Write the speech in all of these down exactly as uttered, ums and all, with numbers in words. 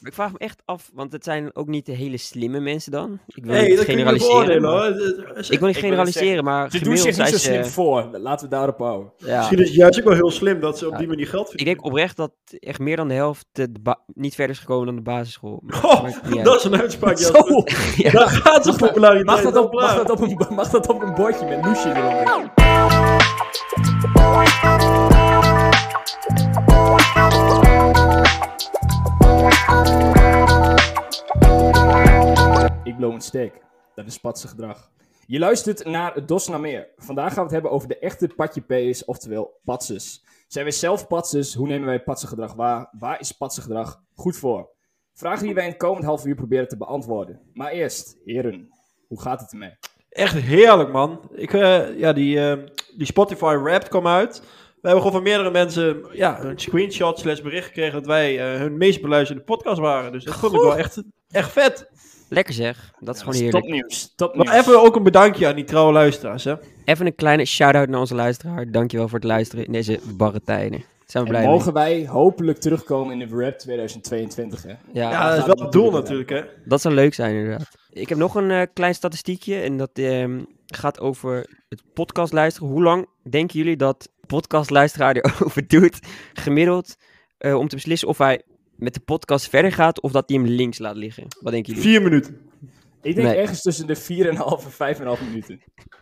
Maar ik vraag me echt af, want het zijn ook niet de hele slimme mensen dan. Ik wil Nee, niet dat kun je niet generaliseren. beoordelen, maar- hoor. Het- Ik wil niet Ik wil generaliseren, zeggen, maar Ze doen gemiddeld zich niet zo zijn slim ze... voor. Laten we daarop houden. Ja, Misschien is het juist ook wel heel slim dat ze op Ja, die manier geld ik verdienen. denk oprecht dat echt meer dan de helft de ba- niet verder is gekomen dan de basisschool. Maar Oh, maakt niet uit. dat is een uitspraak, Zo! Jasper. Ja. Daar gaat zijn populariteit. Mag dat, op, wel mag, klaar. dat op een, mag dat op een bordje met Loesje erop? Ik blow een steek. Dat is patse gedrag. Je luistert naar Dos naar meer. Vandaag gaan we het hebben over de echte patje P's, oftewel patses. Zijn wij zelf patses? Hoe nemen wij patse gedrag waar? Waar is patse gedrag goed voor? Vragen die wij in het komend half uur proberen te beantwoorden. Maar eerst, heren, hoe gaat het ermee? Echt heerlijk, man. Ik, eh, ja, die, eh, die Spotify Wrapped kwam uit. We hebben gewoon van meerdere mensen ja, een screenshot slash bericht gekregen dat wij eh, hun meest beluisterde podcast waren. Dus dat vond ik wel echt, echt vet. Lekker zeg, dat is Ja, gewoon heerlijk. Topnieuws. Topnieuws. Maar even ook een bedankje aan die trouwe luisteraars, hè. Even een kleine shout-out naar onze luisteraar. Dankjewel voor het luisteren in deze barre tijden. Zijn we En blij mogen wij hopelijk terugkomen in de Rap tweeduizend tweeëntwintig, hè? mee. Ja, Ja, dat is wel het doel natuurlijk, hè. dat zou leuk zijn inderdaad. Ik heb nog een eh, klein statistiekje en dat ehm, gaat over het podcast luisteren. Hoe lang denken jullie dat podcastluisteraar erover doet, gemiddeld, eh, om te beslissen of hij met de podcast verder gaat of dat hij hem links laat liggen? Wat denken jullie? Vier minuten. Ik denk Nee. ergens tussen de vier komma vijf en vijf komma vijf minuten.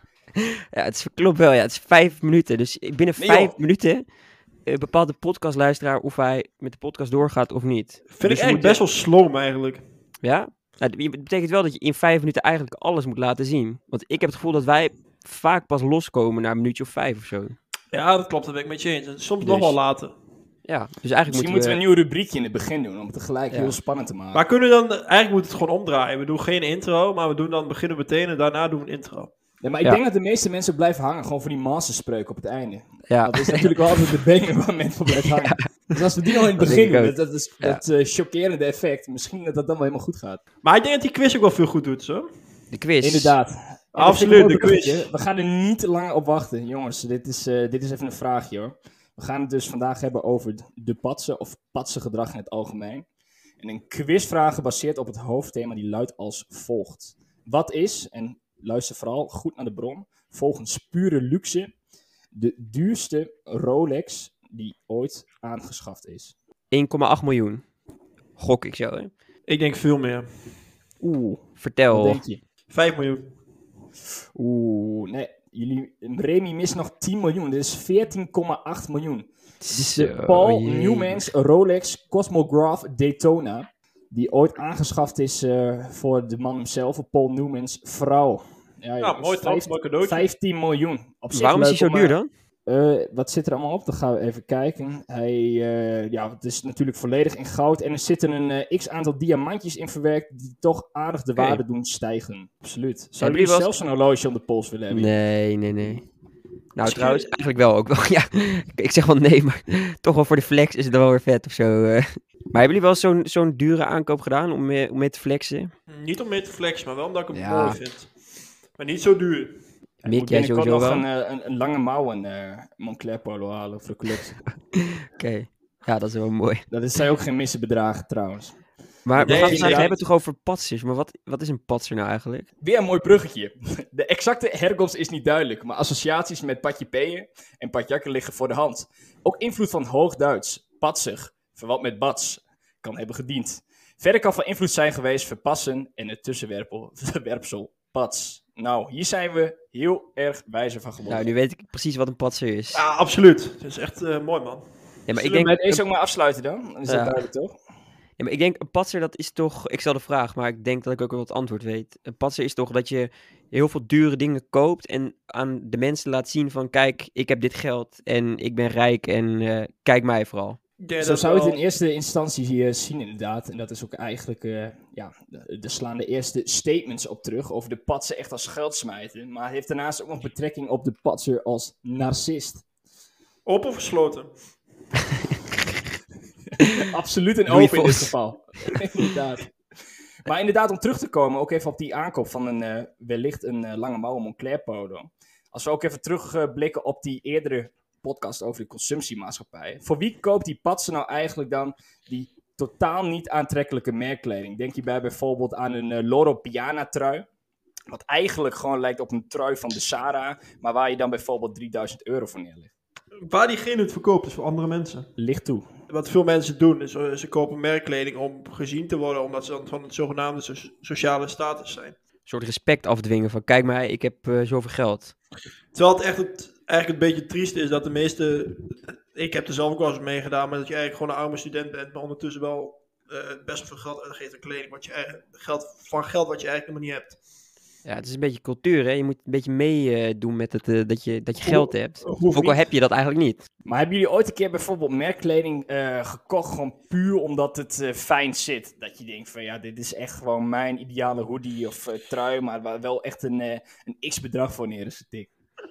Ja, het is, klopt wel, ja. Het is vijf minuten. Dus binnen Nee, vijf joh. minuten eh, bepaalt de podcastluisteraar of hij met de podcast doorgaat of niet. Vind Dus ik je echt moet- best wel slom, eigenlijk. Ja? Nou, dat betekent wel dat je in vijf minuten eigenlijk alles moet laten zien. Want ik heb het gevoel dat wij vaak pas loskomen na een minuutje of vijf of zo. Ja, dat klopt, dat ben ik met je eens. En soms Dus- nog wel later. Ja, dus eigenlijk Misschien moeten moeten we we... een nieuw rubriekje in het begin doen, om het tegelijk Ja. heel spannend te maken. Maar kunnen we dan... Eigenlijk moet het gewoon omdraaien. We doen geen intro, maar we doen dan beginnen we meteen en daarna doen we een intro. Nee, maar ik Ja. denk dat de meeste mensen blijven hangen, gewoon voor die masterspreuk op het einde. Ja. Dat is natuurlijk wel altijd de banger waar mensen voor blijven hangen. Dus als we die al in het Dat begin denk ik doen, ook. dat, dat is Ja. dat eh, chockerende effect, misschien dat dat dan wel helemaal goed gaat. Maar ik denk dat die quiz ook wel veel goed doet, zo. De quiz. Inderdaad. En dat Absoluut, vind ik een de mooi quiz. bruggetje. We gaan er niet te lang op wachten, jongens. Dit is, eh, dit is even een vraagje hoor. We gaan het dus vandaag hebben over de patsen of patsengedrag in het algemeen. En een quizvraag gebaseerd op het hoofdthema die luidt als volgt. Wat is, en luister vooral goed naar de bron, volgens pure luxe de duurste Rolex die ooit aangeschaft is? één komma acht miljoen. Gok ik zo, hè. Ik denk veel meer. Oeh, Vertel. wat denk je? Vijf miljoen. Oeh, nee. Jullie, Remy mist nog tien miljoen. Dit is veertien komma acht miljoen. Zo, De Paul jee. Newmans Rolex Cosmograph Daytona. Die ooit aangeschaft is eh, voor de man hemzelf, Paul Newmans vrouw. Ja, Ja, jongens, mooi trouwens, mooi cadeautje. vijftien miljoen. Op zich Waarom is hij leuk zo om, duur eh, dan? eh, wat zit er allemaal op? Dan gaan we even kijken. Hij, eh, ja, het is natuurlijk volledig in goud. En er zitten een eh, x-aantal diamantjes in verwerkt die toch aardig de Oké. waarde doen stijgen. Absoluut. Zou Hebben je jullie wel zelfs een horloge om de pols willen hebben? Nee, nee, nee. Nou, Misschien- trouwens, eigenlijk wel ook wel. Ja, ik zeg wel nee, maar toch wel voor de flex is het wel weer vet of zo. eh. Maar hebben jullie wel zo'n zo'n dure aankoop gedaan om mee, om mee te flexen? Niet om mee te flexen, maar wel omdat ik hem Ja. mooi vind. Maar niet zo duur. Ik Mick, moet jij binnenkort sowieso nog wel? een, eh, een, een lange mouwen eh Moncler polo halen voor de collectie. Oké, ja, dat is wel mooi. Dat is- zijn ook geen misbedragen trouwens. Maar we Nee, gaan het vandaag inderdaad. hebben toch over patsers. Maar wat, wat is een patser nou eigenlijk? Weer een mooi bruggetje. De exacte herkomst is niet duidelijk, maar associaties met patje peeën en patjakken liggen voor de hand. Ook invloed van Hoogduits, patsig, verwant met bats, kan hebben gediend. Verder kan van invloed zijn geweest verpassen en het tussenwerpsel pats. Nou, hier zijn we heel erg wijzer van geworden. Nou, nu weet ik precies wat een patser is. Ja, absoluut. Het is echt eh, mooi, man. Ja, maar ik Zullen denk, we met deze een, ook maar afsluiten dan? Dan is dat Ja. duidelijk toch? ja, maar ik denk, een patser dat is toch... Ik stel de vraag, maar ik denk dat ik ook wel het antwoord weet. Een patser is toch dat je heel veel dure dingen koopt en aan de mensen laat zien van... Kijk, ik heb dit geld en ik ben rijk en eh, kijk mij vooral. Ik denk Zo dat zou je wel- het in eerste instantie eh, zien inderdaad. En dat is ook eigenlijk, eh ja, er slaan de eerste statements op terug over de patser echt als geld smijten. Maar het heeft daarnaast ook nog betrekking op de patser als narcist. Open of gesloten? Absoluut een Louis open in dit Vos. geval. Inderdaad. Maar inderdaad, om terug te komen, ook even op die aankoop van een, eh, wellicht een eh, lange mouwen Moncler polo. Als we ook even terugblikken op die eerdere podcast over de consumptiemaatschappij. Voor wie koopt die patser nou eigenlijk dan die totaal niet aantrekkelijke merkkleding. Denk hierbij bijvoorbeeld aan een uh, Loro Piana trui. Wat eigenlijk gewoon lijkt op een trui van de Zara. Maar waar je dan bijvoorbeeld drieduizend euro voor neerlegt. Waar diegene het verkoopt is voor andere mensen. Ligt toe. Wat veel mensen doen is uh, ze kopen merkkleding om gezien te worden. Omdat ze dan van het zogenaamde so- sociale status zijn. Een soort respect afdwingen van kijk mij, ik heb uh, zoveel geld. Terwijl het echt het, eigenlijk een beetje triest is dat de meeste... Ik heb er zelf ook wel eens mee gedaan, maar dat je eigenlijk gewoon een arme student bent. Maar ondertussen wel uh, best veel geld uitgeeft aan kleding. Wat je eigenlijk, geld, van geld wat je eigenlijk helemaal niet hebt. Ja, het is een beetje cultuur, hè. Je moet een beetje meedoen uh, met het, uh, dat, je, dat je geld hebt. Hoeft Ook al niet. heb je dat eigenlijk niet. Maar hebben jullie ooit een keer bijvoorbeeld merkkleding uh, gekocht gewoon puur omdat het uh, fijn zit? Dat je denkt van ja, dit is echt gewoon mijn ideale hoodie of uh, trui, maar waar wel echt een, uh, een x-bedrag voor neer is getikt.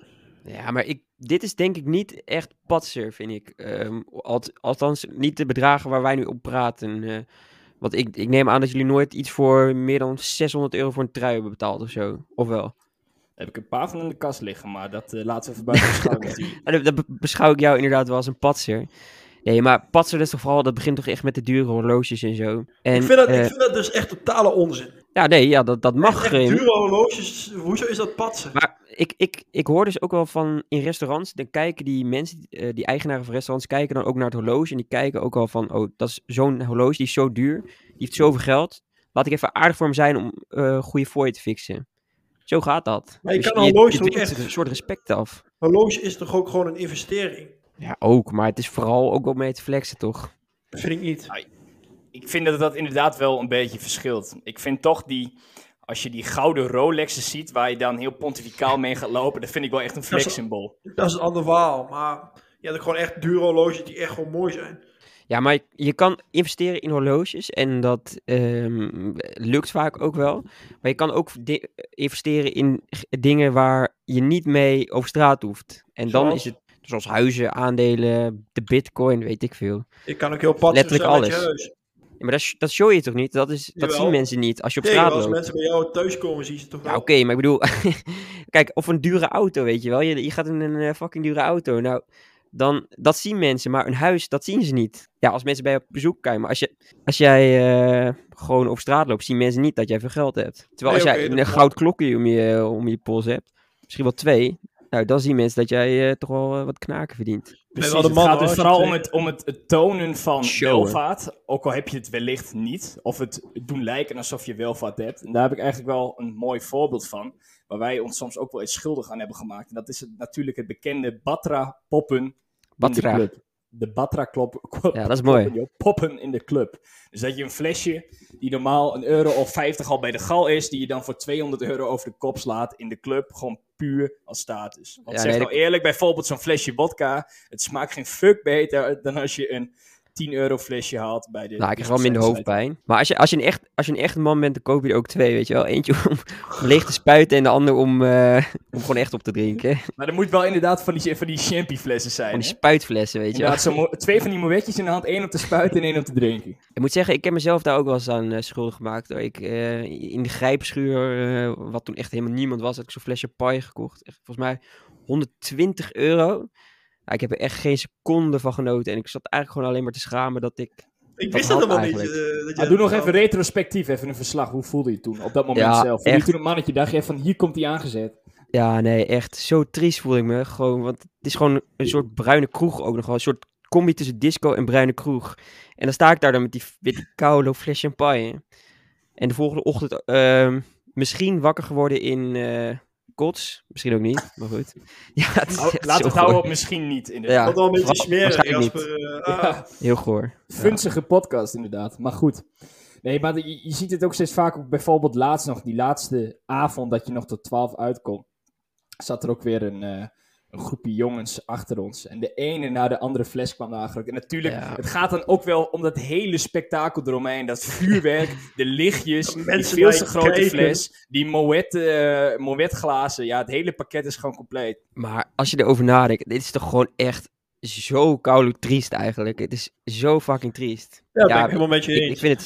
Ja, maar ik, dit is denk ik niet echt patser, vind ik. Um, alt, althans, niet de bedragen waar wij nu op praten. Uh, want ik, ik neem aan dat jullie nooit iets voor meer dan zeshonderd euro voor een trui hebben betaald of zo. Of wel? Heb ik een paar van in de kast liggen, maar dat uh, laten we even buiten beschouwen natuurlijk. Dat, dat beschouw ik jou inderdaad wel als een patser. Nee, maar patser dat is toch vooral, dat begint toch echt met de dure horloges en zo. En, ik, vind dat, uh, ik vind dat dus echt totale onzin. Ja, nee, ja, dat, dat mag. Echt, echt dure horloges, hoezo is dat patsen? Maar ik, ik, ik hoor dus ook wel van in restaurants, dan kijken die mensen, uh, die eigenaren van restaurants, kijken dan ook naar het horloge. En die kijken ook al van, oh, dat is zo'n horloge, die is zo duur, die heeft zoveel geld. Laat ik even aardig voor hem zijn om uh, goede fooi te fixen. Zo gaat dat. Maar je dus kan een horloge je, je ook dwingt echt... een soort respect af. Horloge is toch ook gewoon een investering? Ja, ook. Maar het is vooral ook wel mee te flexen, toch? Dat vind ik niet. Ja, ik vind dat dat inderdaad wel een beetje verschilt. Ik vind toch die, als je die gouden Rolexen ziet, waar je dan heel pontificaal mee gaat lopen, dat vind ik wel echt een flexsymbool. Dat is een ander verhaal, maar je hebt ook gewoon echt dure horloges die echt gewoon mooi zijn. Ja, maar je, je kan investeren in horloges en dat um, lukt vaak ook wel. Maar je kan ook di- investeren in g- dingen waar je niet mee over straat hoeft. En dan Zoals? is het zoals huizen, aandelen, de bitcoin, weet ik veel. Je kan ook heel patsig Letterlijk zijn met je alles. huis. Ja, maar dat, sh- dat show je toch niet? Dat, is, dat Jawel. zien mensen niet als je op Nee, straat als loopt. mensen bij jou thuis komen, zien ze toch wel. Ja, oké, okay, maar ik bedoel... Kijk, of een dure auto, weet je wel. Je, je gaat in een uh, fucking dure auto. Nou, dan... Dat zien mensen, maar een huis, dat zien ze niet. Ja, als mensen bij je op bezoek komen. Maar als, je, als jij uh, gewoon op straat loopt, zien mensen niet dat jij veel geld hebt. Terwijl Nee, als jij okay, een goud klokje om je, om je pols hebt, misschien wel twee... Nou, dan zien mensen dat jij uh, toch wel uh, wat knaken verdient. Precies, wel de het man, gaat hoor, dus als je vooral twee- om het, om het, het tonen van Showen. welvaart, ook al heb je het wellicht niet, of het doen lijken alsof je welvaart hebt. En daar heb ik eigenlijk wel een mooi voorbeeld van, waar wij ons soms ook wel eens schuldig aan hebben gemaakt. En dat is het, natuurlijk het bekende Batra-poppen Batra. in de club. De Batra-klop. Ja, dat is mooi. Poppen, joh, poppen in de club. Dus dat je een flesje, die normaal een euro of vijftig al bij de gal is, die je dan voor tweehonderd euro over de kop slaat in de club, gewoon puur als status. Want Ja, zeg nee, nou dat- eerlijk, bijvoorbeeld zo'n flesje vodka, het smaakt geen fuck beter dan als je een tien euro flesje haalt bij de... Nou, ik krijg wel minder hoofdpijn. Maar als je, als, je een echt, als je een echt man bent, dan koop je er ook twee, weet je wel. Eentje om, om leeg te spuiten en de ander om, uh, om gewoon echt op te drinken. Maar er moet wel inderdaad van die, van die champie-flessen zijn. Van die hè? spuitflessen, weet je wel. Inderdaad, zo mo- twee van die moetjes in de hand, één om te spuiten en één om te drinken. Ik moet zeggen, ik heb mezelf daar ook wel eens aan uh, schuldig gemaakt. Hoor. Ik, uh, in de grijpschuur, uh, wat toen echt helemaal niemand was, had ik zo'n flesje paai gekocht. Echt, volgens mij honderdtwintig euro. Nou, ik heb er echt geen seconde van genoten. En ik zat eigenlijk gewoon alleen maar te schamen dat ik... Ik Dat wist dat had helemaal niet. eigenlijk. eh, dat je Maar doe nog dat- even retrospectief, even een verslag. Hoe voelde je toen, op dat moment Ja, zelf? Voelde je echt. toen een mannetje, dacht je van hier komt hij aangezet? Ja, nee, echt zo triest voel ik me. Gewoon, want het is gewoon een soort bruine kroeg ook nog wel. Een soort combi tussen disco en bruine kroeg. En dan sta ik daar dan met die, met die koude fles champagne. En de volgende ochtend uh, misschien wakker geworden in uh, kots. Misschien ook niet, maar goed. Ja, het is Nou, echt laten we zo het houden goor. op misschien niet, inderdaad. Ja, Wat wel een beetje wa- smerig, waarschijnlijk Jasper. eh, ah. Ja. Heel goor. Funzige podcast, inderdaad. Maar goed. Nee, maar je, je ziet het ook steeds vaak, ook bijvoorbeeld laatst nog, die laatste avond dat je nog tot twaalf uitkomt, zat er ook weer een, uh, een groepje jongens achter ons. En de ene na de andere fles kwam eigenlijk. En natuurlijk, Ja. het gaat dan ook wel om dat hele spektakel eromheen. Dat vuurwerk, de lichtjes, die Mensen veel te bij grote kijken. fles, die moet, uh, moetglazen. Ja, het hele pakket is gewoon compleet. Maar als je erover nadenkt, dit is toch gewoon echt zo koud triest eigenlijk. Het is zo fucking triest. Ja, dat ben ik helemaal met je Ik, ik eens. vind het...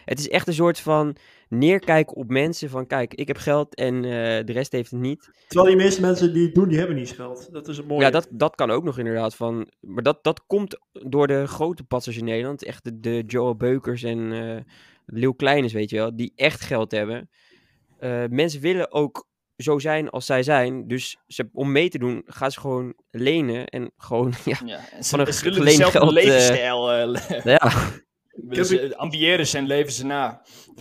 Het is echt een soort van neerkijken op mensen van, kijk, ik heb geld en uh, de rest heeft het niet. Terwijl die meeste mensen die het doen, die hebben niet geld. Dat is een mooie. Ja, dat, dat kan ook nog inderdaad. Van, maar dat, dat komt door de grote patsers in Nederland. Echt de, de Joel Beukers en uh, Leeuw Kleines, weet je wel. Die echt geld hebben. Uh, mensen willen ook zo zijn als zij zijn. Dus ze, om mee te doen, gaan ze gewoon lenen. En gewoon, ja, Ja, en van een ze, ze willen geleend dezelfde geld, uh, levensstijl. Uh, ja. willen ze ambiëren ze en leven ze na.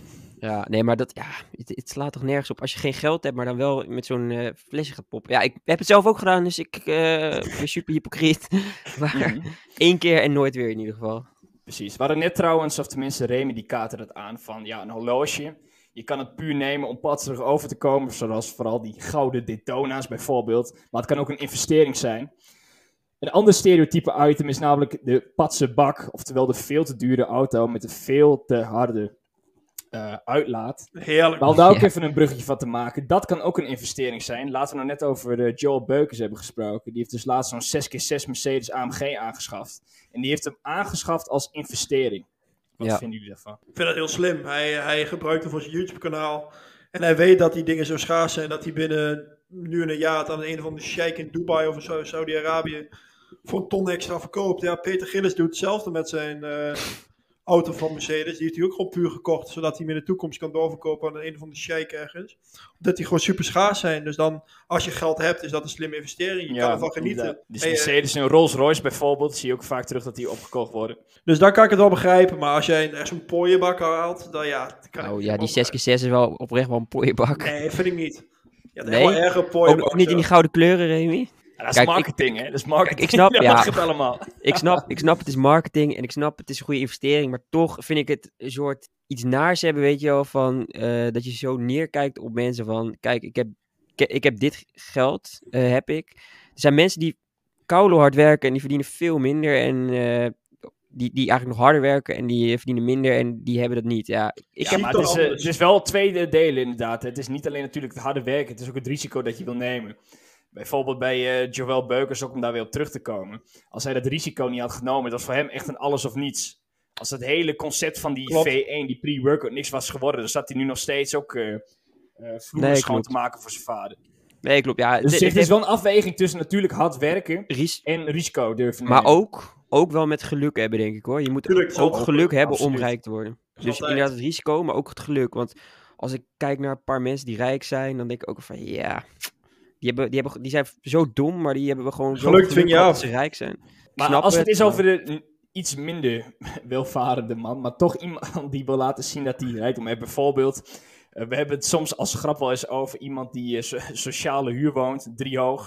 Ja, nee, maar dat, ja, het, het slaat toch nergens op als je geen geld hebt, maar dan wel met zo'n uh, flesje gaat poppen. Ja, ik heb het zelf ook gedaan, dus ik uh, ben super hypocriet. Maar mm-hmm. één keer en nooit weer in ieder geval. Precies. We hadden net trouwens, of tenminste Remy die kaartte het aan van, ja, een horloge. Je kan het puur nemen om patserig over te komen, zoals vooral die gouden Daytona's bijvoorbeeld. Maar het kan ook een investering zijn. Een ander stereotype item is namelijk de patse bak, oftewel de veel te dure auto met een veel te harde Uh, uitlaat. Heerlijk. Maar om daar ook ja. even een bruggetje van te maken, dat kan ook een investering zijn. Laten we nou net over uh, Joel Beukers hebben gesproken. Die heeft dus laatst zo'n zes keer zes Mercedes A M G aangeschaft. En die heeft hem aangeschaft als investering. Wat ja. vinden jullie daarvan? Ik vind dat heel slim. Hij, hij gebruikt hem voor zijn YouTube-kanaal. En hij weet dat die dingen zo schaars zijn, dat hij binnen nu en een jaar het aan een of andere sheik in Dubai of zo, Saudi-Arabië voor een ton extra verkoopt. Ja, Peter Gillis doet hetzelfde met zijn Uh, auto van Mercedes, die heeft hij ook gewoon puur gekocht, zodat hij hem in de toekomst kan doorverkopen aan een of andere sheik ergens. Omdat die gewoon super schaars zijn. Dus dan, als je geld hebt, is dat een slimme investering. Je ja, kan ervan genieten. Dus hey, Mercedes en uh, Rolls Royce bijvoorbeeld, zie je ook vaak terug dat die opgekocht worden. Dus daar kan ik het wel begrijpen. Maar als jij echt zo'n pooienbak haalt, dan ja... Dan kan nou ja, die zes keer zes is wel oprecht wel een pooienbak. Nee, vind ik niet. Ja, het nee? Wel erg een pooienbak. Ook, ook niet in die gouden kleuren, Remy? Ja, dat is Kijk, marketing, ik, hè? Dat is marketing. Kijk, ik snap, ja, het allemaal. ik, snap, ik snap, het is marketing en ik snap, het is een goede investering, maar toch vind ik het een soort iets naars hebben, weet je wel, van uh, dat je zo neerkijkt op mensen van, kijk, ik heb, ik, ik heb dit geld, uh, heb ik. Er zijn mensen die koude hard werken en die verdienen veel minder en uh, die, die eigenlijk nog harder werken en die verdienen minder en die hebben dat niet. Ja, ik ja heb maar het is, uh, het is wel twee delen inderdaad. Het is niet alleen natuurlijk het harde werken, het is ook het risico dat je wil nemen. Bijvoorbeeld bij uh, Joel Beukers, ook om daar weer op terug te komen. Als hij dat risico niet had genomen, dat was voor hem echt een alles of niets. Als het hele concept van die klopt. V één, die pre-workout, niks was geworden, dan zat hij nu nog steeds ook uh, uh, vloeren nee, schoon te maken voor zijn vader. Nee, klopt. Ja, dus het, het is wel een afweging tussen natuurlijk hard werken Ries- en risico durven nemen. Maar ook, ook wel met geluk hebben, denk ik hoor. Je moet Tuurlijk, ook geluk ook, hebben absoluut. Om rijk te worden. Dus altijd. Inderdaad het risico, maar ook het geluk. Want als ik kijk naar een paar mensen die rijk zijn, dan denk ik ook van ja... Die, hebben, die, hebben, die zijn zo dom, maar die hebben we gewoon zo geluk geluk dat ze rijk zijn. Maar Snap als het, het is over de iets minder welvarende man, maar toch iemand die wil laten zien dat hij rijkdom heeft. Bijvoorbeeld, uh, we hebben het soms als grap wel eens over iemand die uh, so- sociale huur woont, driehoog.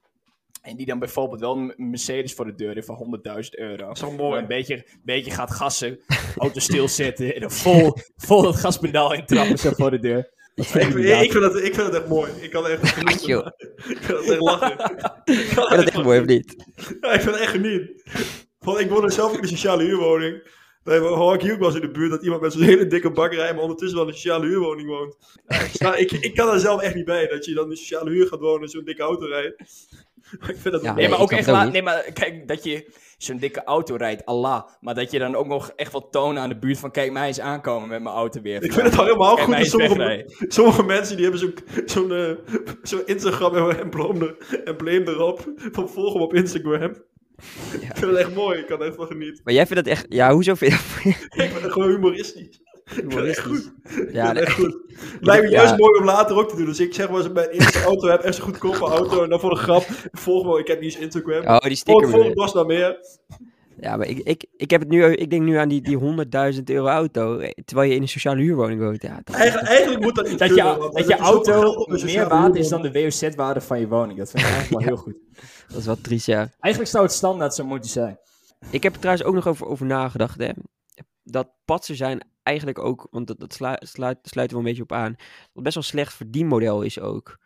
En die dan bijvoorbeeld wel een Mercedes voor de deur heeft van honderdduizend euro. Dat is wel mooi. Een beetje, beetje gaat gassen, auto stilzetten en dan vol, vol het gaspedaal intrappen zo voor de deur. Ik vind, ik, vind dat, ik vind het echt mooi. Ik kan echt genieten. Ik vind het echt lachen. Ik vind het echt mooi, of niet? Ja, ik vind het echt genieten. Want ik woon zelf in een sociale huurwoning. Daar hoor ik hier ook wel eens in de buurt dat iemand met zo'n hele dikke bakkerij, maar ondertussen wel in een sociale huurwoning woont. Ja, ik, sta, ik, ik kan daar zelf echt niet bij, dat je dan in een sociale huur gaat wonen en zo'n dikke auto rijdt. Maar ik vind dat ja, nee, nee, maar ook echt la- nee, maar kijk, dat je zo'n dikke auto rijdt, Allah. Maar dat je dan ook nog echt wel tonen aan de buurt van, kijk mij eens aankomen met mijn auto weer. Ik vind het al helemaal kijk goed dat sommige, sommige mensen die hebben zo'n, zo'n, uh, zo'n Instagram-embleem embleem erop. Van volgen op Instagram. Ja. Ik vind het echt mooi, ik kan er echt van genieten. Maar jij vindt dat echt, ja, hoezo vind je dat? Ik vind het gewoon humoristisch. Humoristisch. Echt goed. Ja, nee. Echt goed. Lijkt me juist ja. mooi om later ook te doen. Dus ik zeg maar, als ik mijn eerste auto heb, echt zo'n goedkope auto. En dan voor de grap, volg me, ik heb niet eens Instagram. Oh, die sticker. Volg me nog meer. Ja, maar ik, ik, ik heb het nu, ik denk nu aan die, die honderdduizend euro auto, terwijl je in een sociale huurwoning woont. Ja, dat, eigenlijk, eigenlijk moet dat niet dat kunnen, je, dat, dat je auto meer waard is dan de W O Z-waarde van je woning. Dat vind ik eigenlijk wel ja. heel goed. Dat is wel triest, ja. Eigenlijk zou het standaard zo moeten zijn. Ik heb er trouwens ook nog over, over nagedacht, hè. Dat patsen zijn eigenlijk ook, want dat, dat sluit, sluit, sluit er wel een beetje op aan, wat best wel een slecht verdienmodel is ook.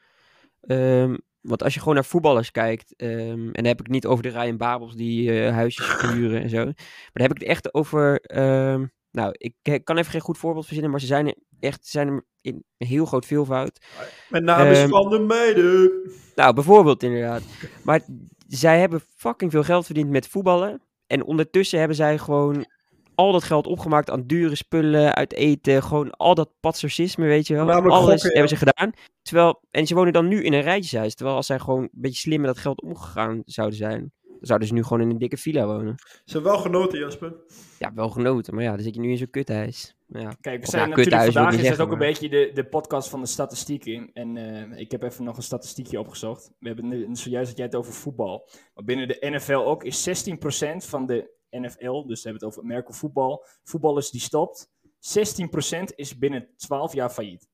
Um, want als je gewoon naar voetballers kijkt, um, en dan heb ik het niet over de Ryan Babels die uh, huisjes verhuren en zo, maar dan heb ik het echt over, um, nou, ik kan even geen goed voorbeeld verzinnen, maar ze zijn er echt zijn er in een heel groot veelvoud. Met name um, van de meiden. Nou, bijvoorbeeld inderdaad. Maar zij hebben fucking veel geld verdiend met voetballen en ondertussen hebben zij gewoon al dat geld opgemaakt aan dure spullen, uit eten, gewoon al dat patsarcisme, weet je wel. Namelijk Alles gokken, ja. hebben ze gedaan. Terwijl, en ze wonen dan nu in een rijtjeshuis. Terwijl als zij gewoon een beetje slim met dat geld omgegaan zouden zijn, dan zouden ze nu gewoon in een dikke villa wonen. Ze hebben wel genoten, Jasper. Ja, wel genoten, maar ja, dan zit je nu in zo'n kuthuis. Maar ja. Kijk, we Of zijn ja, natuurlijk kuthuis wil ik vandaag niet is het zeggen, ook een maar- beetje de, de podcast van de statistieken. En eh, ik heb even nog een statistiekje opgezocht. We hebben nu, zojuist had jij het over voetbal. Maar binnen de N F L ook is zestien procent van de N F L, dus we hebben het over American voetbal, voetballers die stopt. zestien procent is binnen twaalf jaar failliet.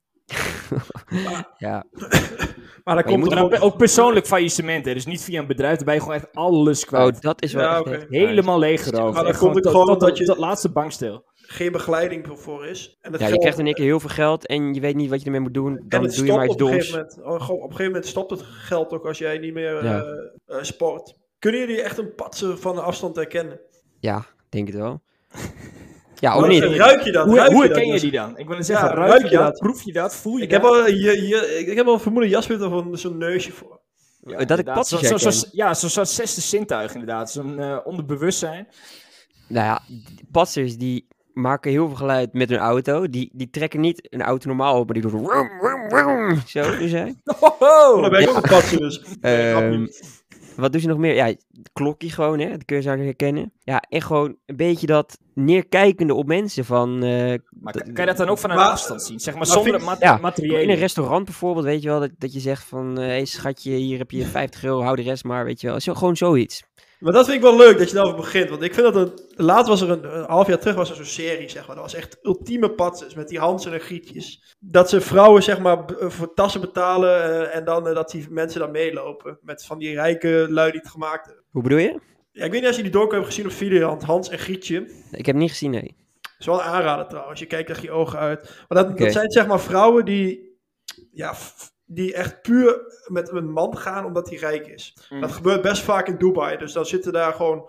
Ja, Maar dat je komt moet er Maar ook... dan ook persoonlijk faillissement, hè? Dus niet via een bedrijf, daar ben je gewoon echt alles kwijt. oh, dat is wel Ja, echt oké. echt- Helemaal leeggeroofd. Maar dan Echt komt het tot- gewoon tot- omdat tot- je- tot laatste bankstel. geen begeleiding voor is. En het Ja, je geld- krijgt in één keer heel veel geld en je weet niet wat je ermee moet doen. en Dan het doe je maar stopt iets op een doms. gegeven moment. oh, gewoon, op een gegeven moment stopt het geld ook als jij niet meer Ja. eh, eh, sport. Kunnen jullie echt een patser van de afstand herkennen? Ja, denk het wel. Ja, of Maar niet? Ruik je dat? Hoe, Ruik hoe je dat herken je dus? die dan? Ik wil net zeggen, Ja, ruik, ruik je je dat? dat? Proef je dat? Voel je Ik dat? heb al, je, je, ik heb al vermoeden, Jasper heeft er van zo'n neusje voor. Ja, dat ik inderdaad. patsers Zo- zo- herken. zo- Ja, zo'n soort zesde zintuig inderdaad. Zo'n eh, onderbewustzijn. Nou ja, die patsers die maken heel veel geluid met hun auto. Die, die trekken niet een auto normaal op, maar die doen zo... wrum, wrum, wrum. Zo, dus hè. Oh, dan ben ik ook een patser dus. Nee, Ehm, grapje. Wat doen ze nog meer? Ja, het klokje gewoon, hè. Dat kun je zo herkennen. Ja, en gewoon een beetje dat neerkijkende op mensen van... eh, Maar dat- kan kan je dat dan ook vanuit Maar- afstand zien? Zeg maar maar zonder vind- het mat Ja, materiële. in een restaurant bijvoorbeeld, weet je wel, dat, dat je zegt van... Hé hey, schatje, hier heb je vijftig euro, hou de rest maar, weet je wel. Zo, gewoon zoiets. Maar dat vind ik wel leuk dat je daarover begint. Want ik vind dat een... Laat was er een, een half jaar terug was er zo'n serie, zeg maar. Dat was echt ultieme patsers met die Hans en de Grietjes. Dat ze vrouwen, zeg maar, b- eh, voor tassen betalen. eh, en dan eh, dat die mensen dan meelopen. Met van die rijke lui die het gemaakt hebben. Hoe bedoel je? Ja, ik weet niet of je die docu hebt gezien op Videoland. Hans en Grietje. Ik heb het niet gezien, nee. is wel een aanrader trouwens. Je kijkt echt je ogen uit. Maar dat, Oké. dat zijn zeg maar vrouwen die... Ja, f- die echt puur met een man gaan omdat hij rijk is. Mm. Dat gebeurt best vaak in Dubai. Dus dan zitten daar gewoon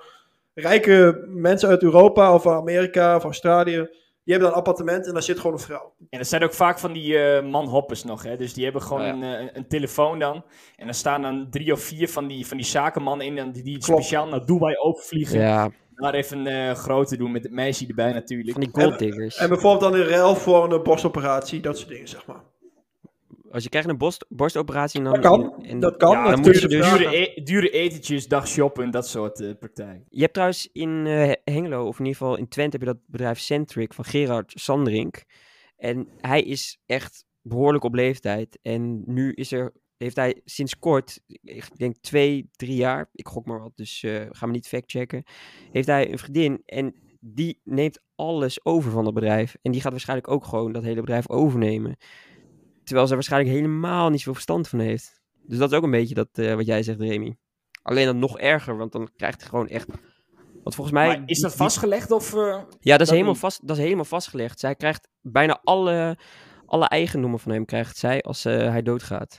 rijke mensen uit Europa of Amerika of Australië. Die hebben dan een appartement en daar zit gewoon een vrouw. En dat zijn ook vaak van die eh, manhoppers nog, hè. Dus die hebben gewoon Oh ja. een, eh, een telefoon dan. En dan staan dan drie of vier van die, van die zakenmannen in, en die, die Klopt. speciaal naar Dubai overvliegen. Ja, Daar even eh grote doen met het meisje erbij natuurlijk. van die golddiggers. En bijvoorbeeld dan in ruil voor een borstoperatie, dat soort dingen zeg maar. Als je krijgt een borst, borstoperatie... Dan, Dat kan, en- dat kan. Ja, dat dan kun moet je je dus dus- Dure, e- dure etentjes, dag shoppen, dat soort eh praktijk. Je hebt trouwens in eh, Hengelo, of in ieder geval in Twente, heb je dat bedrijf Centric van Gerard Sanderink. En hij is echt behoorlijk op leeftijd. En nu is er, heeft hij sinds kort, ik denk twee, drie jaar, ik gok maar wat, dus eh ga me niet factchecken, heeft hij een vriendin en die neemt alles over van het bedrijf. En die gaat waarschijnlijk ook gewoon dat hele bedrijf overnemen. Terwijl ze er waarschijnlijk helemaal niet zoveel verstand van heeft. Dus dat is ook een beetje dat, eh, wat jij zegt, Remy. Alleen dan nog erger, want dan krijgt hij gewoon echt... Want volgens mij... Maar is dat die- die- vastgelegd of... eh, Ja, dat is, dat helemaal niet? vast, dat is helemaal vastgelegd. Zij krijgt bijna alle, alle eigendommen van hem krijgt zij als eh, hij doodgaat.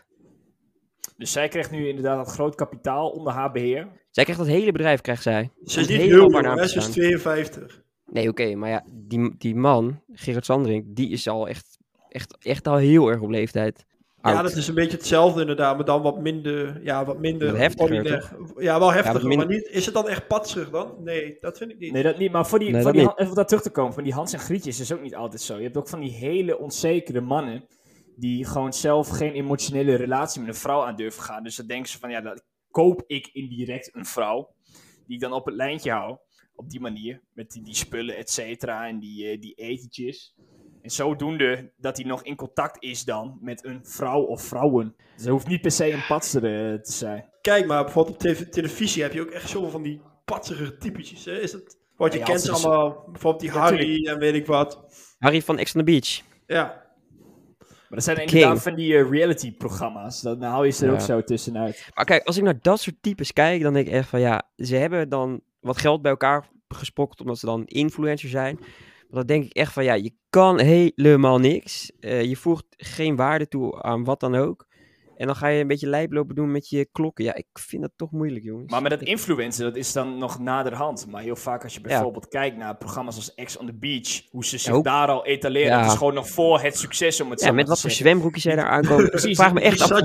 Dus zij krijgt nu inderdaad dat groot kapitaal onder haar beheer. Zij krijgt dat hele bedrijf, krijgt zij. Ze is Met niet helemaal heel op haar jong, naam hè? Ze is staan. tweeënvijftig. Nee, oké, maar ja, die, die man, Gerard Sanderink, die is al echt, echt, echt al heel erg op leeftijd. Ja, Oud. dat is een beetje hetzelfde inderdaad, maar dan wat minder, ja, wat minder Wat heftiger, ordinair. Ja, wel heftiger, wat minder- maar niet, is het dan echt patserig dan? Nee, dat vind ik niet. Nee, dat niet. Maar voor die, Nee, voor dat die niet. even daar terug te komen, van die Hans en Grietjes is ook niet altijd zo. Je hebt ook van die hele onzekere mannen die gewoon zelf geen emotionele relatie met een vrouw aan durven gaan. Dus dan denken ze van, ja, dan koop ik indirect een vrouw die ik dan op het lijntje hou. Op die manier, met die, die spullen, et cetera, en die, eh, die etentjes. En zodoende dat hij nog in contact is dan met een vrouw of vrouwen. Dus het hoeft niet per se een patser eh, te zijn. Kijk maar, bijvoorbeeld op tv televisie heb je ook echt zoveel van die patsige typetjes. Hè? Is dat, wat je Ja, kent ze als- allemaal, bijvoorbeeld die Ja, Harry tuurlijk. en weet ik wat. Harry van Ex on the Beach. Ja, Maar dat zijn King. inderdaad van die eh, reality-programma's. Dan haal je ze er Ja. ook zo tussenuit. Maar kijk, als ik naar dat soort types kijk, dan denk ik echt van ja, ze hebben dan wat geld bij elkaar gespokt omdat ze dan influencer zijn. Maar dan denk ik echt van ja, je kan helemaal niks. Eh, je voegt geen waarde toe aan wat dan ook. En dan ga je een beetje lijp lopen doen met je klokken. Ja, ik vind dat toch moeilijk, jongens. Maar met dat influencer, dat is dan nog naderhand. Maar heel vaak als je bijvoorbeeld kijkt naar programma's als Ex on the Beach, hoe ze zich hoe- daar al etaleren, Ja. dat is gewoon nog voor het succes om het zo Ja, maar met te wat voor zeggen. zwembroekjes zij daar aankomen. Ik Precies, vraag me echt af hoe, Versace,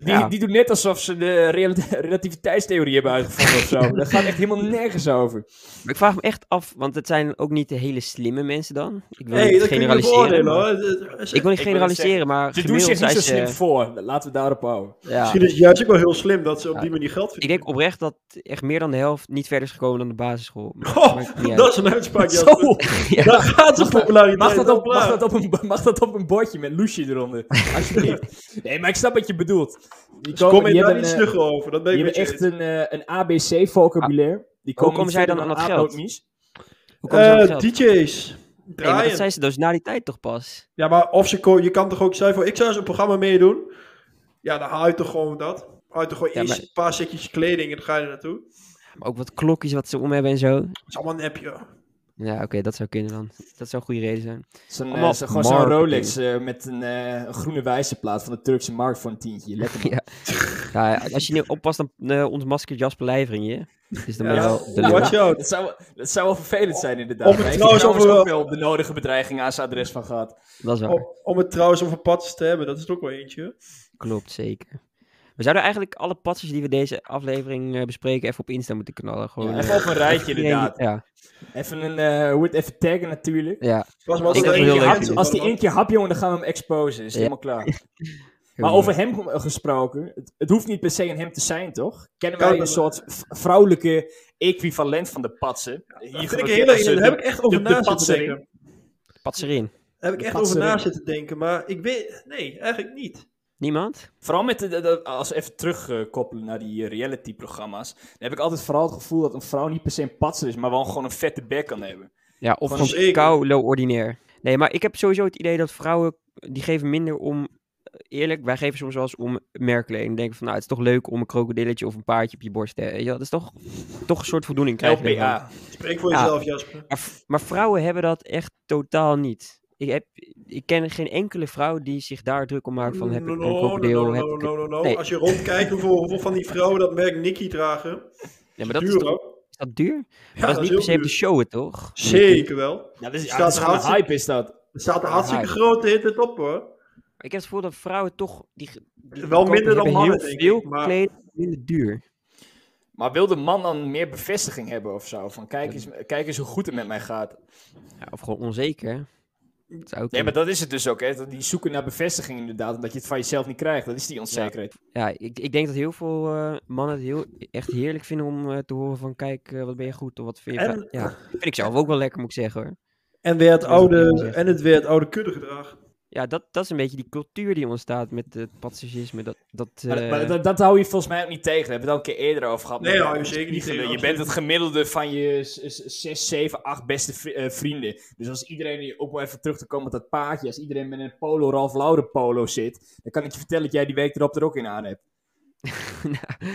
Die, Ja. die doet net alsof ze de rel- relativiteitstheorie hebben uitgevonden of zo. Dat gaat echt helemaal nergens over. Maar ik vraag me echt af, want het zijn ook niet de hele slimme mensen dan. Ik wil Nee, niet dat kun je niet generaliseren. beoordelen maar- hoor. Het is- Ik wil niet Ik generaliseren, wil maar Ze doen gemiddeld zich niet zo zijn slim ze... voor. Laten we daarop houden. Ja. Misschien is het juist ook wel heel slim dat ze op Ja. die manier geld Ik verdienen. denk oprecht dat echt meer dan de helft niet verder is gekomen dan de basisschool. Maar Oh, maakt niet uit. dat is een uitspraak, Zo, Jasper. Ja. Daar gaat zijn populariteit. mag dat, op, op mag, dat op een, mag dat op een bordje met loesje eronder? Alsjeblieft. Nee, maar ik snap wat je bedoelt. Die Ze komen die daar hebben, niet eh, snugger over. Dat ben Die ik hebben met je echt eens. een, eh, een A B C-vocabulaire. Die komen, komen niet zij verder dan aan dat aapnoot geld? mies. Hoe komen ze aan Eh, het geld? D J's. Nee, maar Draaien. dat zijn ze dus na die tijd toch pas. Ja, maar of ze ko- je kan toch ook zeggen van, ik zou zo'n programma meedoen. Ja, dan haal je toch gewoon dat. Haal je toch gewoon Ja, eerst maar- een paar setjes kleding en dan ga je er naartoe. Maar ook wat klokjes wat ze om hebben en zo. Dat is allemaal een nepje. Ja, oké, dat zou kunnen dan. Dat zou een goede reden zijn. Zo'n, eh, Allemaal zo, gewoon zo'n marketing. Rolex eh, met een, eh, een groene wijzerplaat van de Turkse markt voor een tientje. Lekker man. Ja. Ja, als je niet oppast, dan uh, ontmaskert Jasper Lijvering je. Dus dan ben je Ja, wel de Nou, lul. watch out. Dat zou, dat zou wel vervelend zijn inderdaad. Of het Daar heeft trouwens hij trouwens over- ook wel de nodige bedreiging aan zijn adres van gehad. Dat is waar. Om, om het trouwens over patsen te hebben, dat is er ook wel eentje. Klopt, zeker. We zouden eigenlijk alle patsers die we deze aflevering eh, bespreken even op Insta moeten knallen. Gewoon, Ja, eh, even op een rijtje iedereen- inderdaad. Ja, Even een, eh, hoe het even taggen natuurlijk. ja. Was wel Ik Als denk die dat één we heel keer leuk hap- vinden. als die één keer hap, jongen, dan gaan we hem exposen. Is Ja. helemaal klaar. Heel Maar mooi. over hem ge- gesproken, het, het hoeft niet per se een hem te zijn, toch? Kennen Kan wij wel. een soort v- vrouwelijke equivalent van de patsen? Hier Dat vind ik genoteerd heel als, leuk. eh, Daar heb ik echt over de- de na zitten patserin. denken. Patserin. Daar heb ik De echt over patserin. na zitten denken, maar ik weet... Nee, eigenlijk niet. Niemand? Vooral met de, de- de- als we even terugkoppelen naar die eh, reality-programma's. Dan heb ik altijd vooral het gevoel dat een vrouw niet per se een patser is, maar wel gewoon een vette bek kan hebben. Ja, of Gewoon gewoon zeker. kou, low ordinair. Nee, maar ik heb sowieso het idee dat vrouwen, die geven minder om... Eerlijk, wij geven soms wel eens om merkkleding. Denken van, nou, het is toch leuk om een krokodilletje of een paardje op je borst te hebben. Ja, dat is toch, toch een soort voldoening L krijgen. P ervan. A. Spreek voor Ja. jezelf, Jasper. Maar, v- maar vrouwen hebben dat echt totaal niet. Ik, heb, ik ken geen enkele vrouw die zich daar druk om maakt van heb ik een No, no, krokodil, no, heb no, ik... no, no, no. Nee. Als je rondkijkt hoeveel, hoeveel van die vrouwen dat merk Nicky dragen. Ja, maar dat is, Duur toch, ook. is dat duur? Ja, dat is niet per se heel op de duur. showen, toch? Zeker wel. Ja, dat is, ja, Staat dat is gewoon een hartstikke- hype is dat. Er staat een hartstikke hype. grote hit het op hoor. Ik heb het gevoel dat vrouwen toch... Die, die Wel kopen- minder dan hebben mannen, heel denk veel ik, maar- kleding, minder duur. Maar wil de man dan meer bevestiging hebben of zo? Van kijk eens, kijk eens hoe goed het met mij gaat. Ja, of gewoon onzeker. Dat zou ook Nee, maar kunnen. dat is het dus ook, hè. Dat Die zoeken naar bevestiging inderdaad, omdat je het van jezelf niet krijgt. Dat is die onzekerheid. Ja, ik, ik denk dat heel veel eh, mannen het heel, echt heerlijk vinden om eh, te horen van... Kijk, eh, wat ben je goed of wat vind je... En- fijn. Ja, vind ik zelf ook wel lekker, moet ik zeggen hoor. En weer het Dat is ook oude, gezegd. en het weer het oude kuddegedrag. Ja, dat, dat is een beetje die cultuur die ontstaat met het passagisme. Dat, dat, Maar, eh, maar dat, dat hou je volgens mij ook niet tegen. Daar hebben we het al een keer eerder over gehad. Nee, met hou je het zeker niet spiegelen. tegen, Je bent absoluut. het gemiddelde van je s- s- zes, zeven, acht beste vri- eh, vrienden. Dus als iedereen, ook wel even terug te komen met dat paardje, als iedereen met een polo, Ralph Lauren polo zit, dan kan ik je vertellen dat jij die week erop er ook in aan hebt. ja,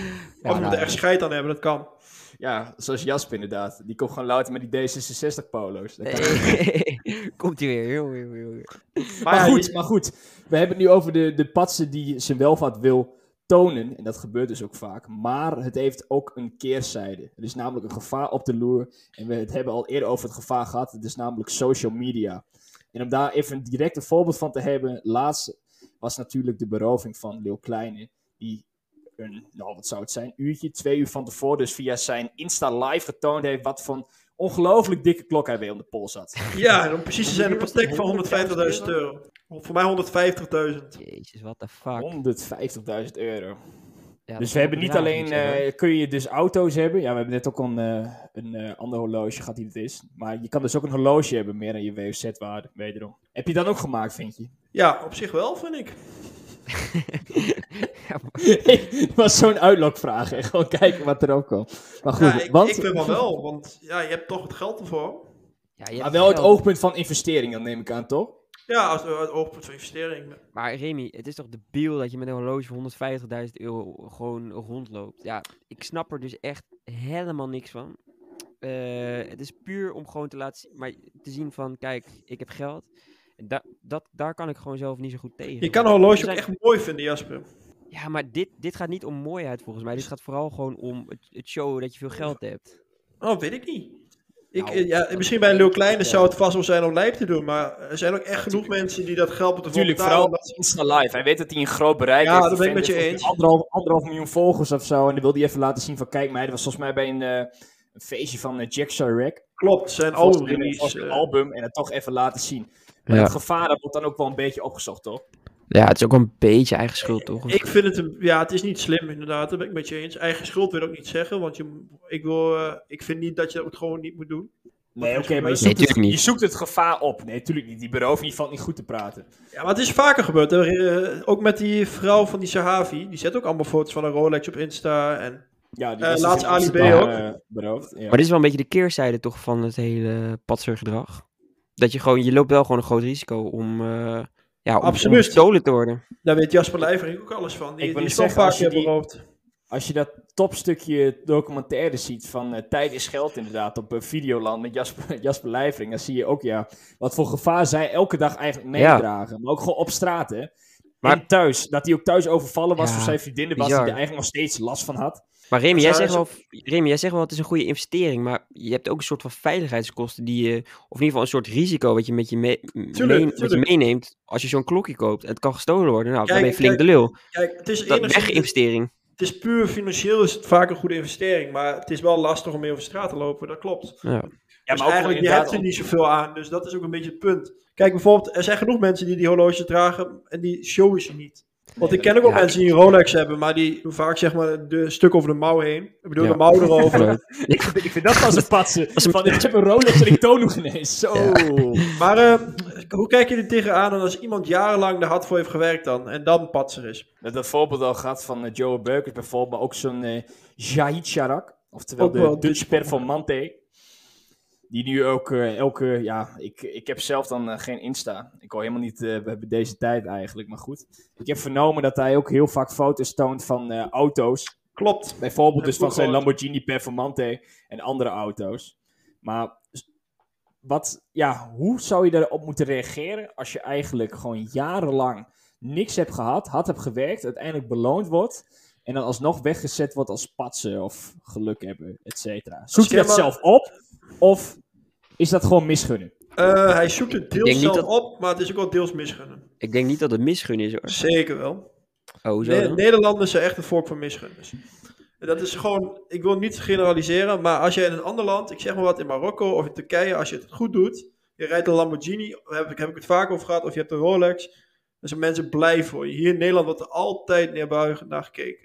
Of je nou, moet er echt scheid aan hebben, dat kan. Ja, zoals Jasper inderdaad. Die komt gewoon louter met die D zesenzestig polo's. Dat kan. Komt hij weer, jongen, jongen, jongen. Maar, ja, goed, je- maar goed. We hebben het nu over de, de patsen die zijn welvaart wil tonen. En dat gebeurt dus ook vaak. Maar het heeft ook een keerzijde. Er is namelijk een gevaar op de loer. En we het hebben al eerder over het gevaar gehad. Het is namelijk social media. En om daar even een directe voorbeeld van te hebben. Laatst was natuurlijk de beroving van Leeuw Kleine. Die een, nou wat zou het zijn, uurtje, twee uur van tevoren. Dus via zijn Insta live getoond heeft wat voor ongelooflijk dikke klok hij weer om de pols had. Ja, en om precies te zijn een patek van honderdvijftigduizend euro. Of voor mij honderdvijftigduizend. Jezus, what the fuck. honderdvijftigduizend euro. Ja, dat Dus is we hebben een niet bedrag, alleen, moet ik zeggen. eh, kun je dus auto's hebben. Ja, we hebben net ook een, eh, een eh, ander horloge gehad die het is. Maar je kan dus ook een horloge hebben, meer dan je W Z waarde, wederom. Heb je dat ook gemaakt, vind je? Ja, op zich wel, vind ik. Ja, maar- Het was zo'n uitlokvraag. Hè? Gewoon kijken wat er ook komt. Maar goed, Ja, ik, want, ik vind wel wel, want ja, je hebt toch het geld ervoor. ja, je hebt maar wel het geld. oogpunt van investering, dan neem ik aan, toch? Ja, als het oogpunt van investering. Maar Remy, het is toch debiel dat je met een horloge van honderdvijftigduizend euro gewoon rondloopt. Ja, ik snap er dus echt helemaal niks van. Eh, het is puur om gewoon te laten zien, maar te zien van, kijk, ik heb geld. En da dat, daar kan ik gewoon zelf niet zo goed tegen. Je kan een horloge Er zijn- ook echt mooi vinden, Jasper. Ja, maar dit, dit gaat niet om mooiheid volgens mij. Dit gaat vooral gewoon om het, het showen dat je veel geld hebt. Oh, weet ik niet. Ik, Nou, ja, misschien bij een Leeuw Kleine ja. zou het vast wel zijn om lijp te doen, maar er zijn ook echt genoeg mensen die dat geld moeten Natuurlijk, betalen. vooral omdat op Insta Live. Hij weet dat hij een groot bereik Ja, heeft. dat Die ben ik vent met je heeft eens. Anderhalf, anderhalf miljoen volgers of zo. En dan wil hij even laten zien van, kijk mij, dat was volgens mij bij een, uh, een feestje van uh, Jack Chirac. Klopt, zijn Volgens album mij een release. uh, album en het toch even laten zien. Maar Ja. het gevaar, dat wordt dan ook wel een beetje opgezocht, toch? Ja, het is ook wel een beetje eigen schuld, toch? Of- Ik vind het, een, ja, het is niet slim inderdaad, dat ben ik met je eens. Eigen schuld wil ik ook niet zeggen, want je, ik, wil, uh, ik vind niet dat je dat gewoon niet moet doen. Nee, oké, is maar je gebeurd? zoekt, Nee, het, tuurlijk niet. je zoekt het gevaar op. Nee, natuurlijk niet. Die beroving valt niet goed te praten. Ja, maar het is vaker gebeurd. Hè. Uh, ook met die vrouw van die Sahavi, die zet ook allemaal foto's van een Rolex op Insta. En Ja, die Uh, was laatst dus in Ali B Amsterdam, ook. uh, beroofd. Ja. Maar dit is wel een beetje de keerzijde toch van het hele patsergedrag. Dat je gewoon, je loopt wel gewoon een groot risico om, uh, ja, om, om Absoluut. gestolen te worden. daar weet Jasper Leijvering ook alles van. Die, Ik wil die is net toch zeggen, vaak als je keer die- beroofd. Als je dat topstukje documentaire ziet van uh, Tijd is Geld inderdaad op uh, Videoland met Jasper, Jasper Leijvering, dan zie je ook ja, wat voor gevaar zij elke dag eigenlijk Ja. meedragen. Maar ook gewoon op straat, hè. Maar- En thuis, dat hij ook thuis overvallen was Ja, door zijn vriendinnen was, bizar. die er eigenlijk nog steeds last van had. Maar Remy, Ja, jij zo zegt is wel, Remy, jij zegt wel het is een goede investering, maar je hebt ook een soort van veiligheidskosten die je, of in ieder geval een soort risico wat je met je, mee, mee- Tuurlijk, wat je tuurlijk. meeneemt als je zo'n klokje koopt en het kan gestolen worden. Nou, dan Kijk, ben je flink kijk, de lul. Kijk, het is Dat enigszins- weginvestering. Het is puur financieel is het vaak een goede investering, maar het is wel lastig om mee over straat te lopen, dat klopt. Ja. Ja, dus maar ook eigenlijk, je inderdaad hebt er niet zoveel aan, dus dat is ook een beetje het punt. Kijk, bijvoorbeeld, er zijn genoeg mensen die die horloges dragen en die showen ze niet. Want ik ken ook wel Ja. mensen die een Rolex hebben, maar die doen vaak zeg maar de stuk over de mouw heen. Ik bedoel, Ja. de mouw erover. Ik, vind- ik vind dat pas een patsen. is een- Van, ik heb een Rolex en ik toon nog ineens. Zo. Maar uh, hoe kijk je er tegenaan en als iemand jarenlang er hard voor heeft gewerkt dan, en dan patser is? Dat, dat voorbeeld al gehad van uh, Joe Burkers bijvoorbeeld, maar ook zo'n uh, Jahid Charak, oftewel Ook de wel Dutch Dutch Performante. Die nu ook uh, elke, ja, ik, ik heb zelf dan uh, geen Insta. Ik hoor helemaal niet uh, bij deze tijd eigenlijk, maar goed. Ik heb vernomen dat hij ook heel vaak foto's toont van uh, auto's. Klopt. Bijvoorbeeld dus Heb ik van ook zijn gehoord. Lamborghini Performante en andere auto's. Maar wat, ja, hoe zou je daarop moeten reageren als je eigenlijk gewoon jarenlang niks hebt gehad, hard hebt gewerkt, uiteindelijk beloond wordt en dan alsnog weggezet wordt als patsen of geluk hebben, et cetera. Zoekt je dat maar- zelf op of is dat gewoon misgunnen? Uh, hij zoekt het deels denk niet zelf dat- op, maar het is ook wel deels misgunnen. Ik denk niet dat het misgun is hoor. Zeker wel. Oh, zo Ne- dan? Nederlanders zijn echt een volk van misgunners. En dat is gewoon, ik wil niet generaliseren, maar als je in een ander land, ik zeg maar wat, in Marokko of in Turkije, als je het goed doet, je rijdt een Lamborghini, daar heb ik, heb ik het vaak over gehad, of je hebt een Rolex, dan zijn mensen blij voor je. Hier in Nederland wordt er altijd neerbuigend naar gekeken.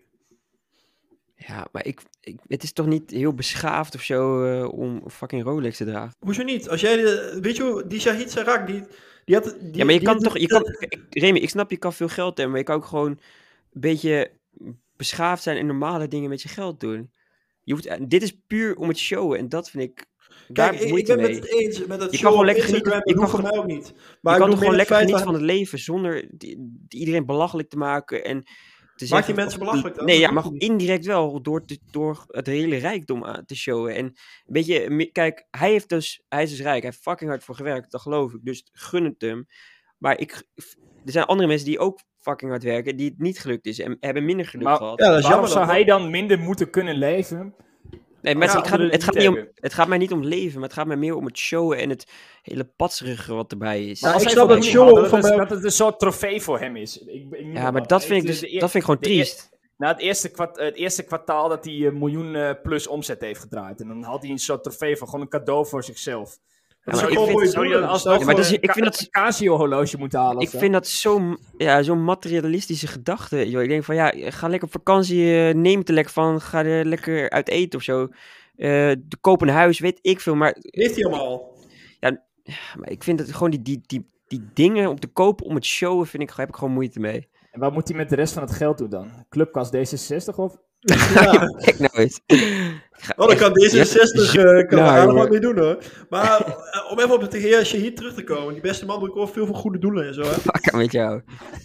Ja, maar ik, ik, het is toch niet heel beschaafd of zo uh, om een fucking Rolex te dragen? Hoezo niet? Als jij, de- weet je hoe, die Shahid Sarak, die, die had... Die, Ja, maar je die kan had- toch, je kan, ik- Remy, ik snap je kan veel geld hebben, maar je kan ook gewoon een beetje beschaafd zijn en normale dingen met je geld doen. Je hoeft, dit is puur om het showen en dat vind ik, daar Kijk, ik, ik moeite ben mee. het eens met dat Je show kan gewoon op lekker Instagram, genieten- je dat kan hoeft voor mij ook niet. Maar je ik kan bedoel toch gewoon meer lekker het feit genieten van het leven zonder die, die iedereen belachelijk te maken en te Maak zeggen... die mensen of- belachelijk dan? Nee, Dat ja, maar doe ik indirect wel door, te, door het hele rijkdom aan te showen. En een beetje, mi- kijk, hij, heeft dus, hij is dus rijk, hij heeft fucking hard voor gewerkt, dat geloof ik. Dus gun het hem. Maar ik, er zijn andere mensen die ook fucking hard werken, die het niet gelukt is en hebben minder geluk Maar- gehad. Ja, dat is Waarom jammer zou dan. hij dan minder moeten kunnen leven? Nee, maar Ja, het, gaat, omdat het, het gaat niet niet om, hebben. het gaat mij niet om leven, maar het gaat mij meer om het showen en het hele patserige wat erbij is. Maar als ik hij snap van dat hem show niet had, van dat, het- mij- dat het een soort trofee voor hem is. Ik, ik noem Ja, maar wat. dat vind ik de- dus, de- dat vind ik gewoon de eer- triest. Na het eerste, kwart, het eerste kwartaal dat hij een miljoen eh, plus omzet heeft gedraaid. En dan had hij een soort trofee van gewoon een cadeau voor zichzelf. Dat Ja, is maar ook ik gewoon vind- voor je zou je doelen. als Stel Ja, maar dat is- voor- ik vind dat- een Casio horloge moeten halen. Ik vind dat zo'n ja, zo'n materialistische gedachte. Joh. Ik denk van ja, ga lekker op vakantie, eh, neem het er lekker van, ga er lekker uit eten of zo. Eh, de koop een huis, weet ik veel. Maar, Heeft hij allemaal. maar ik vind het gewoon die, die, die, die dingen om te kopen, om het showen, vind ik, heb ik gewoon moeite mee. En wat moet hij met de rest van het geld doen dan? Clubkast D zesenzestig of? Ja. Kijk nou eens. Oh, dan kan D zesenzestig uh, kan er Nou, aardig jongen. wat mee doen hoor. Maar uh, om even op het heer Shahid terug te komen. Die beste man doet ook wel veel voor goede doelen en zo. Hè? Fuck met jou.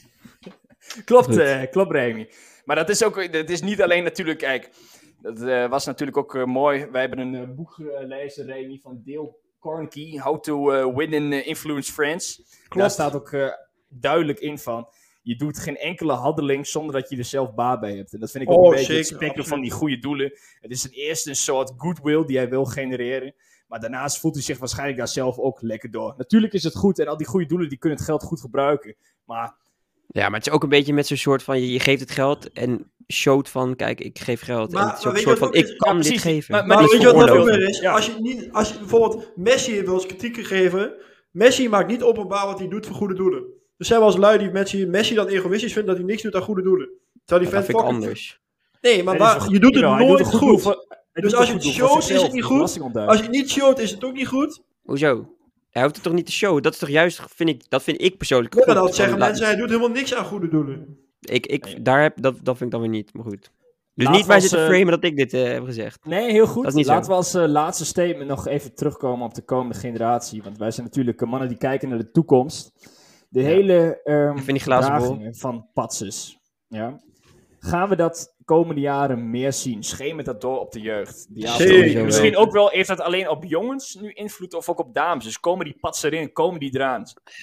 Klopt, Goed. eh, klopt Remy. Maar dat is ook, dat is niet alleen natuurlijk, kijk, dat eh, was natuurlijk ook eh, mooi. Wij hebben een eh, boek gelezen, Remy, van Dale Carnegie, How to eh, Win and eh, Influence Friends. Daar staat ook eh, duidelijk in van, je doet geen enkele handeling zonder dat je er zelf baat bij hebt. En dat vind ik ook Oh, een beetje het zeker, spectrum absoluut. van die goede doelen. Het is ten eerste een soort goodwill die hij wil genereren. Maar daarnaast voelt hij zich waarschijnlijk daar zelf ook lekker door. Natuurlijk is het goed en al die goede doelen die kunnen het geld goed gebruiken. Maar... Ja, maar het is ook een beetje met zo'n soort van, je, je geeft het geld en showt van, kijk, ik geef geld. Maar- en het is maar ook een weet soort je van, wat ik ook kan is- ja, dit precies. geven. Maar- Maar niet weet je wat dat ook veroorloven. weer is? Ja. Als je niet, als je bijvoorbeeld Messi wil eens kritiek gegeven. Messi maakt niet openbaar wat hij doet voor goede doelen. Er zijn wel eens lui die Messi, Messi dan egoïstisch vinden dat hij niks doet aan goede doelen. Terwijl die Dat vent vind ik fucking- anders. Nee, maar Nee, dat is waar- wel- je doet het jawel, hij nooit een goed. voor- hij Dus doet als een je goed het doel voor showt, is zichzelf, het niet voor goed. belastingontduiking. Als je het niet showt, is het ook niet goed. Hoezo? Hij hoeft het toch niet te showen? Dat is toch juist, vind ik, dat vind ik persoonlijk Ja, goed. dan zeggen Gewoon, mensen, hij doet helemaal niks aan goede doelen. Ik, ik, daar heb, dat, dat vind ik dan weer niet, maar goed. Dus Laten niet wij we zitten als, eh, framen dat ik dit eh, heb gezegd. Nee, heel goed. Dat is niet Laten zo. we als eh, laatste statement nog even terugkomen op de komende generatie. Want wij zijn natuurlijk eh, mannen die kijken naar de toekomst. De Ja. hele um, Even in die glazen bol. gedragingen van patses. Ja. Gaan we dat komende jaren meer zien? Schemert dat door op de jeugd? Ja, Zeker. sowieso. Misschien ook wel, heeft dat alleen op jongens nu invloed of ook op dames? Dus komen die patsen erin, komen die eraan?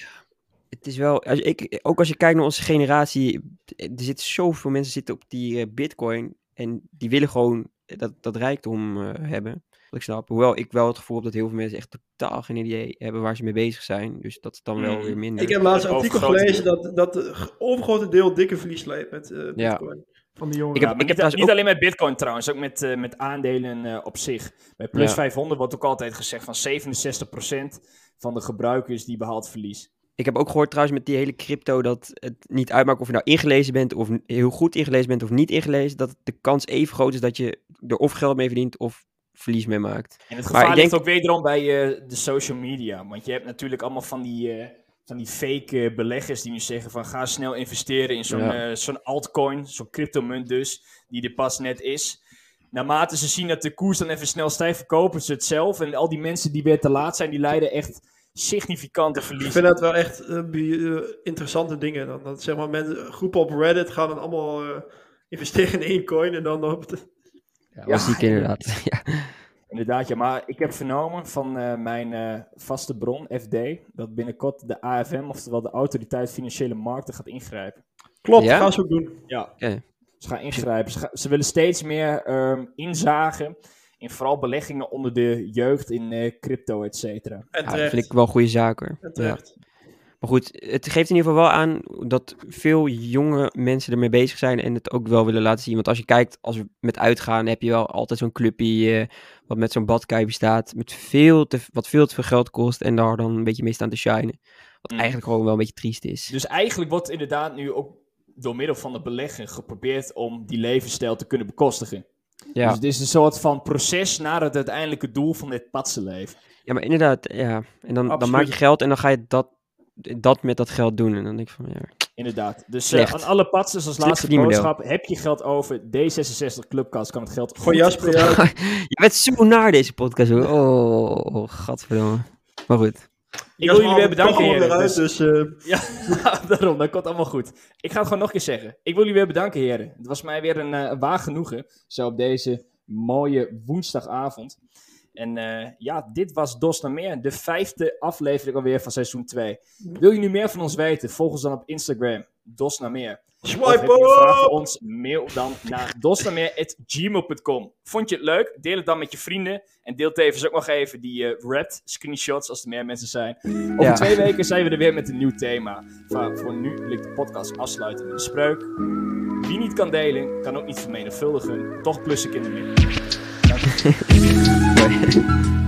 Het is wel, als ik, ook als je kijkt naar onze generatie, er zitten zoveel mensen zitten op die eh, bitcoin en die willen gewoon dat, dat rijkdom eh, hebben. Wat ik snap. Hoewel ik wel het gevoel heb dat heel veel mensen echt totaal geen idee hebben waar ze mee bezig zijn. Dus dat is dan wel Mm. weer minder. Ik heb laatst een Het artikel overgrote gelezen dat, dat het overgrote deel dikke verlies leidt met eh Ja. bitcoin. Van die jongen. Ik heb- Ja, maar niet, trouwens niet ook- alleen met bitcoin trouwens, ook met, eh, met aandelen eh, op zich. Bij Plus Ja. vijfhonderd wordt ook altijd gezegd van zevenenzestig procent van de gebruikers die behaalt verlies. Ik heb ook gehoord trouwens met die hele crypto dat het niet uitmaakt of je nou ingelezen bent of n- heel goed ingelezen bent of niet ingelezen. Dat de kans even groot is dat je er of geld mee verdient of verlies mee maakt. En het Maar gevaar ik ligt denk- ook wederom bij eh, de social media. Want je hebt natuurlijk allemaal van die, eh, van die fake eh, beleggers die nu zeggen van ga snel investeren in zo'n Ja. eh, zo'n altcoin, zo'n cryptomunt dus, die er pas net is. Naarmate ze zien dat de koers dan even snel stijgt, verkopen ze het zelf. En al die mensen die weer te laat zijn, die lijden echt significante Ik verliezen. vind dat wel echt eh, bi- eh, interessante dingen. Dan, dat zeg maar mensen, groepen op Reddit gaan dan allemaal eh, investeren in één coin en dan op de... Ja, was ziek inderdaad. ja. Inderdaad, ja, maar ik heb vernomen van eh, mijn eh, vaste bron, F D, dat binnenkort de A F M, oftewel de Autoriteit Financiële Markten, gaat ingrijpen. Klopt, Ja? dat gaan ze ook doen. Ja, Oké. ze gaan ingrijpen. Ze, ga- ze willen steeds meer ehm, inzagen in vooral beleggingen onder de jeugd in eh, crypto, et cetera. En Ja, dat terecht. vind ik wel een goede zaak hoor. En Ja. terecht. Maar goed, het geeft in ieder geval wel aan dat veel jonge mensen ermee bezig zijn en het ook wel willen laten zien. Want als je kijkt, als we met uitgaan, heb je wel altijd zo'n clubje eh, wat met zo'n badkuip staat, met veel te, wat veel te veel geld kost en daar dan een beetje mee staan te shinen. Wat Mm. eigenlijk gewoon wel een beetje triest is. Dus eigenlijk wordt inderdaad nu ook door middel van het beleggen geprobeerd om die levensstijl te kunnen bekostigen. ja. Dus het is een soort van proces naar het uiteindelijke doel van dit patsenleven. ja, maar inderdaad, ja. En dan, dan Absoluut. maak je geld en dan ga je dat, dat met dat geld doen. En dan denk ik van, ja, Inderdaad. Dus eh, Slecht. aan alle patsers als Slecht laatste verdienmodel. boodschap. Heb je geld over? D zesenzestig Clubcast kan het geld Voor goed Jasper, ja. gebruiken. je bent zo naar deze podcast hoor. Oh, gadverdamme. Maar goed. Ik wil jullie weer bedanken, heren. heren. Uit, Dus- dus, eh, Ja, daarom. Dat komt allemaal goed. Ik ga het gewoon nog een keer zeggen. Ik wil jullie weer bedanken, heren. Het was mij weer een eh, waar genoegen. Zo op deze mooie woensdagavond. En eh, ja, dit was Dos naar Meer. De vijfde aflevering alweer van seizoen twee. Wil je nu meer van ons weten? Volg ons dan op Instagram. Dos naar Meer. Of heb swipe je een vraag voor up! ons? Mail dan naar dosnameer at gmail punt com. Vond je het leuk? Deel het dan met je vrienden. En deel tevens ook nog even die uh, wrapped screenshots als er meer mensen zijn. Over Ja. twee weken zijn we er weer met een nieuw thema. Maar voor nu wil ik de podcast afsluiten met een spreuk. Wie niet kan delen, kan ook niet vermenigvuldigen. Toch plus ik in de midden. Dank je. Mooi.